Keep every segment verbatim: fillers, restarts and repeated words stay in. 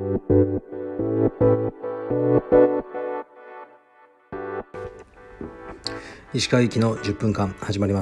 石川由紀のじゅっぷんかん始まります。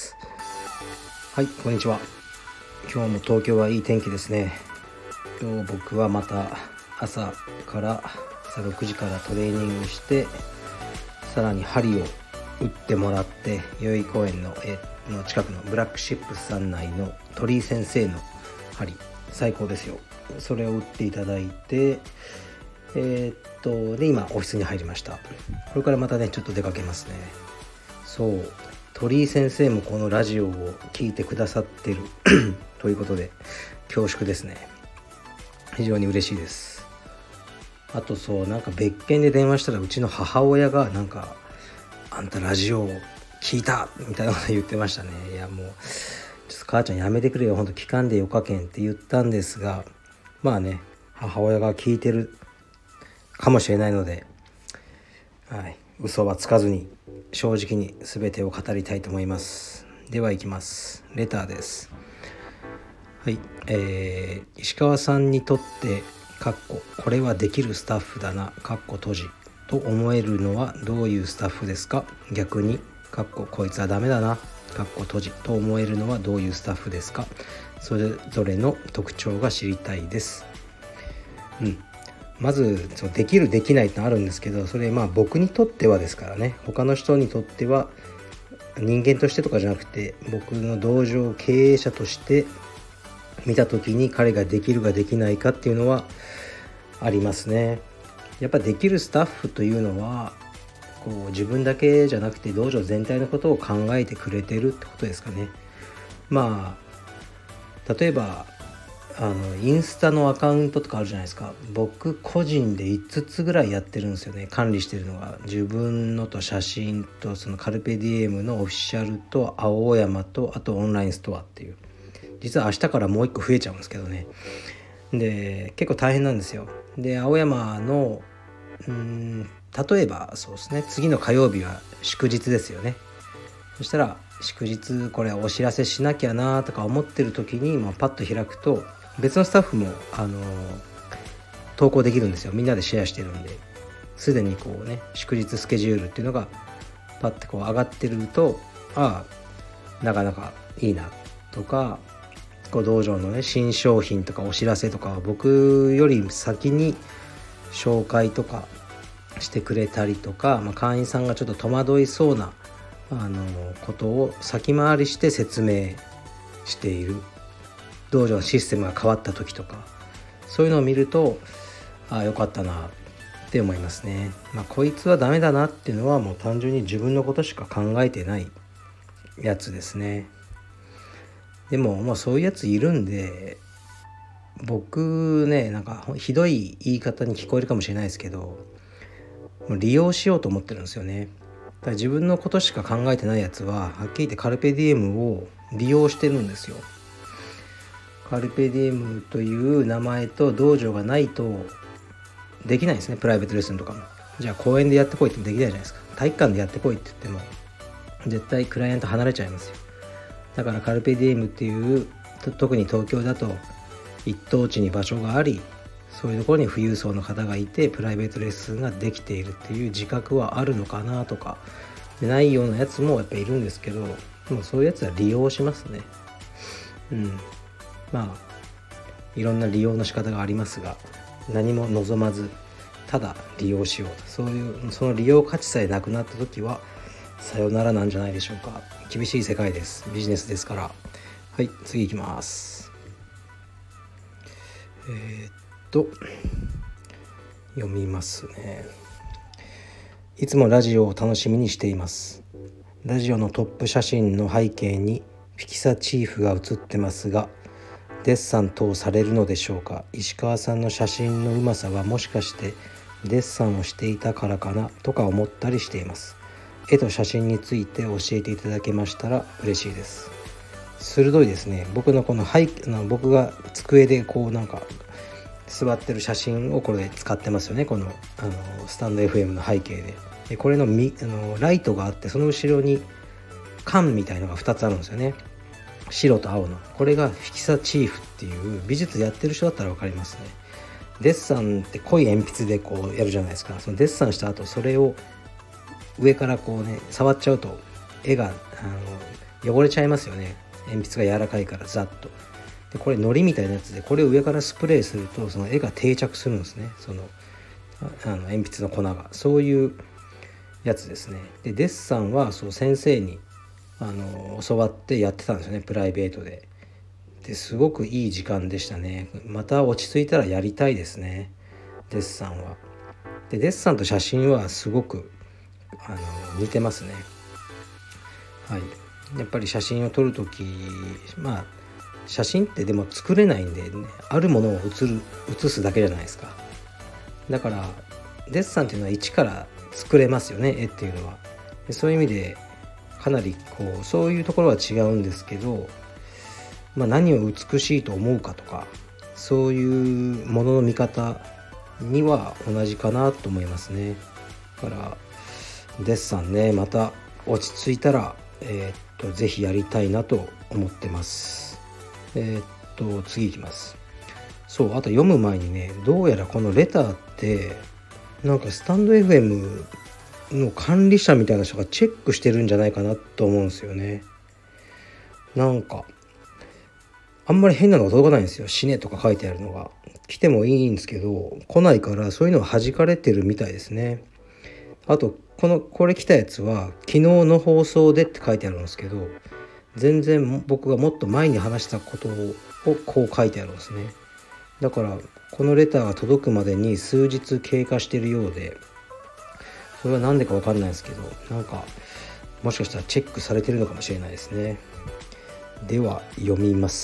はい、こんにちは。今日も東京はいい天気ですね。今日僕はまた朝から朝ろくじからトレーニングして、さらに針を打ってもらって、代々木公園のえの近くのブラックシップスさん内の鳥居先生の針、最高ですよ。それを打っていただいて、えー、っとで今オフィスに入りました。これからまたねちょっと出かけますね。そう鳥居先生もこのラジオを聞いてくださってるということで恐縮ですね。非常に嬉しいです。あとそうなんか別件で電話したら、うちの母親がなんかあんたラジオを聞いたみたいなこと言ってましたね。いやもうちょっと母ちゃんやめてくれよ、ほんと聞かんでよかけんって言ったんですが、まあね母親が聞いてるかもしれないので、はい、嘘はつかずに正直に全てを語りたいと思います。では行きます。レターです。はい、えー、石川さんにとってかっここれはできるスタッフだなかっこ閉じと思えるのはどういうスタッフですか。逆にかっここいつはダメだなかっこ閉じと思えるのはどういうスタッフですか。それぞれの特徴が知りたいです。うんまずそのできるできないってのあるんですけど、それまあ僕にとってはですからね。他の人にとっては人間としてとかじゃなくて、僕の道場経営者として見た時に彼ができるかできないかっていうのはありますね。やっぱできるスタッフというのはこう自分だけじゃなくて道場全体のことを考えてくれてるってことですかね。まあ例えばあのインスタのアカウントとかあるじゃないですか。僕個人でいつつぐらいやってるんですよね。管理してるのが自分のと写真とそのカルペディエムのオフィシャルと青山とあとオンラインストアっていう、実は明日からもう一個増えちゃうんですけどね。で結構大変なんですよ。で青山のうーん例えばそうですね、次の火曜日は祝日ですよね。そしたら祝日これお知らせしなきゃなとか思ってる時に、まあ、パッと開くと別のスタッフもあの投稿できるんですよ。みんなでシェアしてるんで、すでにこうね祝日スケジュールっていうのがパッてこう上がってると、ああなかなかいいなとか、こう道場のね新商品とかお知らせとか僕より先に紹介とかしてくれたりとか、まあ、会員さんがちょっと戸惑いそうなあのことを先回りして説明している。道場のシステムが変わった時とか、そういうのを見るとああよかったなって思いますね。まあこいつはダメだなっていうのはもう単純に自分のことしか考えてないやつですね。でももうそういうやついるんで、僕ねなんかひどい言い方に聞こえるかもしれないですけど、もう利用しようと思ってるんですよね。だから自分のことしか考えてないやつははっきり言ってカルペディエムを利用してるんですよ。カルペディエムという名前と道場がないとできないんですね。プライベートレッスンとかもじゃあ公園でやってこいってもできないじゃないですか。体育館でやってこいって言っても絶対クライアント離れちゃいますよ。だからカルペディエムっていう特に東京だと一等地に場所があり、そういうところに富裕層の方がいてプライベートレッスンができているっていう自覚はあるのかなとか、でないようなやつもやっぱいるんですけど、もうそういうやつは利用しますね。うんまあいろんな利用の仕方がありますが、何も望まずただ利用しようと、そういうその利用価値さえなくなった時はさよならなんじゃないでしょうか。厳しい世界です。ビジネスですから。はい次いきます。えー、っと読みますね。いつもラジオを楽しみにしています。ラジオのトップ写真の背景にピキサチーフが写ってますが、デッサン等されるのでしょうか。石川さんの写真のうまさはもしかしてデッサンをしていたからかなとか思ったりしています。絵と写真について教えていただけましたら嬉しいです。鋭いですね。僕のこの背景の僕が机でこうなんか座ってる写真をこれで使ってますよね。このあのスタンド エフエム の背景で。でこれのみあのライトがあって、その後ろに缶みたいのがふたつあるんですよね。白と青の、これがフィキサチーフっていう美術やってる人だったら分かりますね。 デッサンって濃い鉛筆でこうやるじゃないですか。そのデッサンした後それを上からこうね触っちゃうと絵があの汚れちゃいますよね。鉛筆が柔らかいからザッと。でこれ糊みたいなやつでこれを上からスプレーするとその絵が定着するんですね。そのあの鉛筆の粉がそういうやつですね。でデッサンはそう先生にあの教わってやってたんですよね、プライベートで。ですごくいい時間でしたね。また落ち着いたらやりたいですね、デッサンは。でデッサンと写真はすごくあの似てますね。はい、やっぱり写真を撮るとき、まあ写真ってでも作れないんで、ね、あるものを写る写すだけじゃないですか。だからデッサンっていうのは一から作れますよね、絵っていうのは。でそういう意味でかなりこうそういうところは違うんですけど、まあ、何を美しいと思うかとかそういうものの見方には同じかなと思いますね。だからデッサンね、また落ち着いたら、えー、っとぜひやりたいなと思ってます。えー、っと次いきます。そう、あと読む前にね、どうやらこのレターってなんかスタンド エフエム の管理者みたいな人がチェックしてるんじゃないかなと思うんですよね。なんかあんまり変なのが届かないんですよ。死ねとか書いてあるのが来てもいいんですけど来ないから、そういうのは弾かれてるみたいですね。あとこのこれ来たやつは昨日の放送でって書いてあるんですけど、全然僕がもっと前に話したことをこう書いてあるんですね。だからこのレターが届くまでに数日経過しているようで、それは何でか分かんないですけど、なんかもしかしたらチェックされてるのかもしれないですね。では読みます。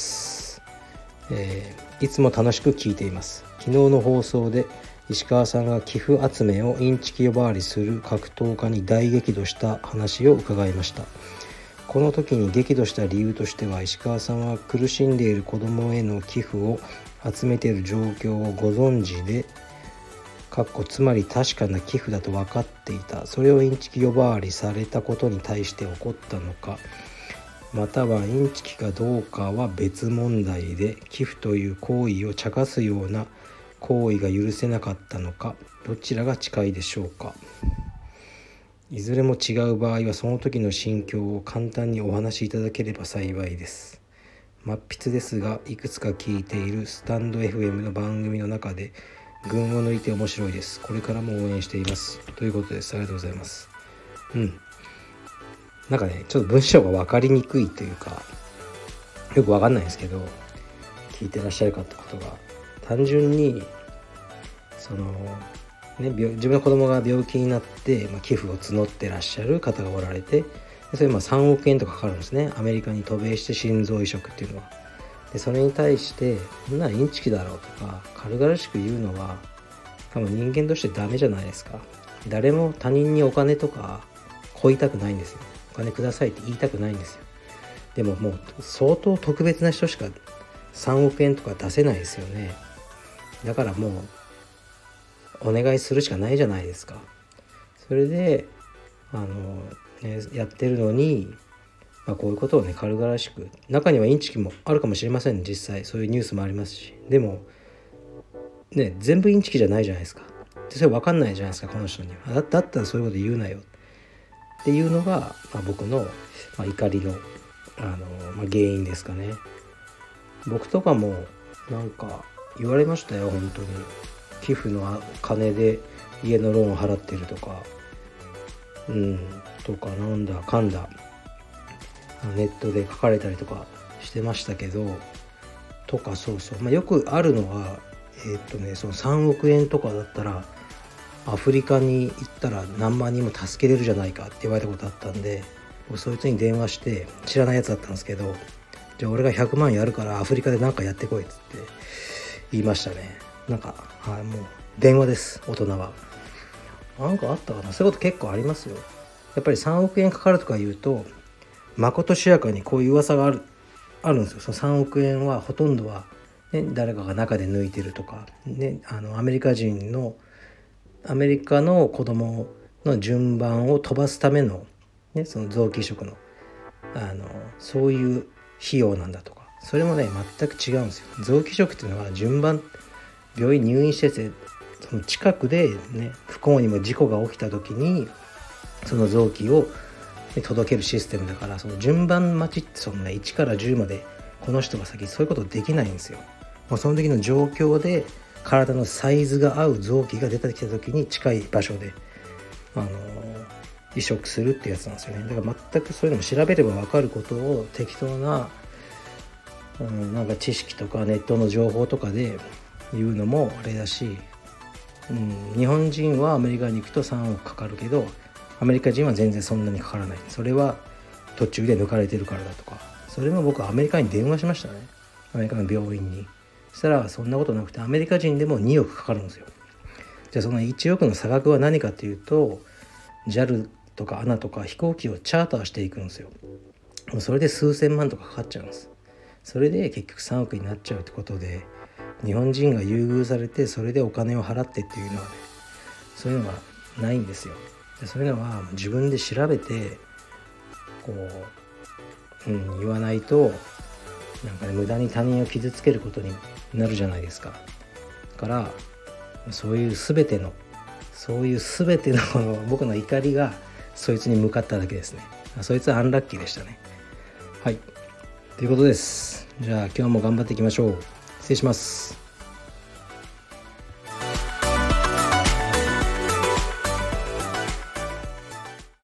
えー、いつも楽しく聞いています。昨日の放送で石川さんが寄付集めをインチキ呼ばわりする格闘家に大激怒した話を伺いました。この時に激怒した理由としては、石川さんは苦しんでいる子どもへの寄付を集めている状況をご存知で、かっこつまり確かな寄付だと分かっていた、それをインチキ呼ばわりされたことに対して怒ったのか、またはインチキかどうかは別問題で寄付という行為を茶化すような行為が許せなかったのか、どちらが近いでしょうか。いずれも違う場合はその時の心境を簡単にお話しいただければ幸いです。真っ筆ですが、いくつか聞いているスタンド エフエム の番組の中で群を抜いて面白いです。これからも応援しています、ということです。ありがとうございます。うんなんかねちょっと文章が分かりにくいというかよく分かんないんですけど、聞いてらっしゃるかってことが単純にそのね、自分の子供が病気になって、まあ、寄付を募ってらっしゃる方がおられて、それまあさんおくえんとかかかるんですね。アメリカに渡米して心臓移植っていうのは。でそれに対してこんなインチキだろうとか軽々しく言うのは多分人間としてダメじゃないですか。誰も他人にお金とか乞いたくないんですよ。お金くださいって言いたくないんですよ。でももう相当特別な人しかさんおくえんとか出せないですよね。だからもうお願いするしかないじゃないですか。それであの、ね、やってるのに、まあ、こういうことをね軽々しく、中にはインチキもあるかもしれませんね。実際そういうニュースもありますし、でもね全部インチキじゃないじゃないですか。でそれ分かんないじゃないですかこの人には。だ, だったらそういうこと言うなよっていうのが、まあ、僕の、まあ、怒りの、あの、まあ、原因ですかね。僕とかもなんか言われましたよ、本当に。寄付の金で家のローンを払ってるとか、うんとかなんだかんだネットで書かれたりとかしてましたけど、とかそうそう、まあ、よくあるのはえー、っとねそのさんおくえんとかだったらアフリカに行ったら何万人も助けれるじゃないかって言われたことあったんで、そいつに電話して、知らないやつだったんですけど、じゃあ俺がひゃくまんやるからアフリカで何かやってこいっつって言いましたね。なんか、はい、もう電話です。大人はなんかあったかな。そういうこと結構ありますよ。やっぱりさんおくえんかかるとか言うとまことしやかにこういう噂があるあるんですよ。そのさんおくえんはほとんどは、ね、誰かが中で抜いてるとか、ね、あのアメリカ人のアメリカの子供の順番を飛ばすための、ね、その臓器移植の、あのそういう費用なんだとか、それもね全く違うんですよ。臓器移植っていうのは順番病院入院してて、その近くでね不幸にも事故が起きた時にその臓器を届けるシステムだから、その順番待ちってそのねいちからじゅうまでこの人が先、そういうことできないんですよ。もうその時の状況で体のサイズが合う臓器が出てきた時に近い場所で、あのー、移植するってやつなんですよね。だから全くそういうのも調べれば分かることを適当な、うん、なんか知識とかネットの情報とかで言うのもあれだし、うん、日本人はアメリカに行くとさんおくかかるけどアメリカ人は全然そんなにかからない。それは途中で抜かれてるからだとか、それも僕はアメリカに電話しましたね。アメリカの病院に。そしたらそんなことなくて、アメリカ人でもにおくかかるんですよ。じゃあそのいちおくの差額は何かっていうと、 ジャル とか エーエヌエー とか飛行機をチャーターしていくんですよ。それで数千万とかかかっちゃうんです。それで結局さんおくになっちゃうってことで、日本人が優遇されてそれでお金を払ってっていうのはね、そういうのがないんですよ。でそういうのは自分で調べてこう、うん、言わないとなんかね無駄に他人を傷つけることになるじゃないですか。だからそういう全てのそういう全ての僕の怒りがそいつに向かっただけですね。そいつはアンラッキーでしたね。はい、ということです。じゃあ今日も頑張っていきましょう。失礼します。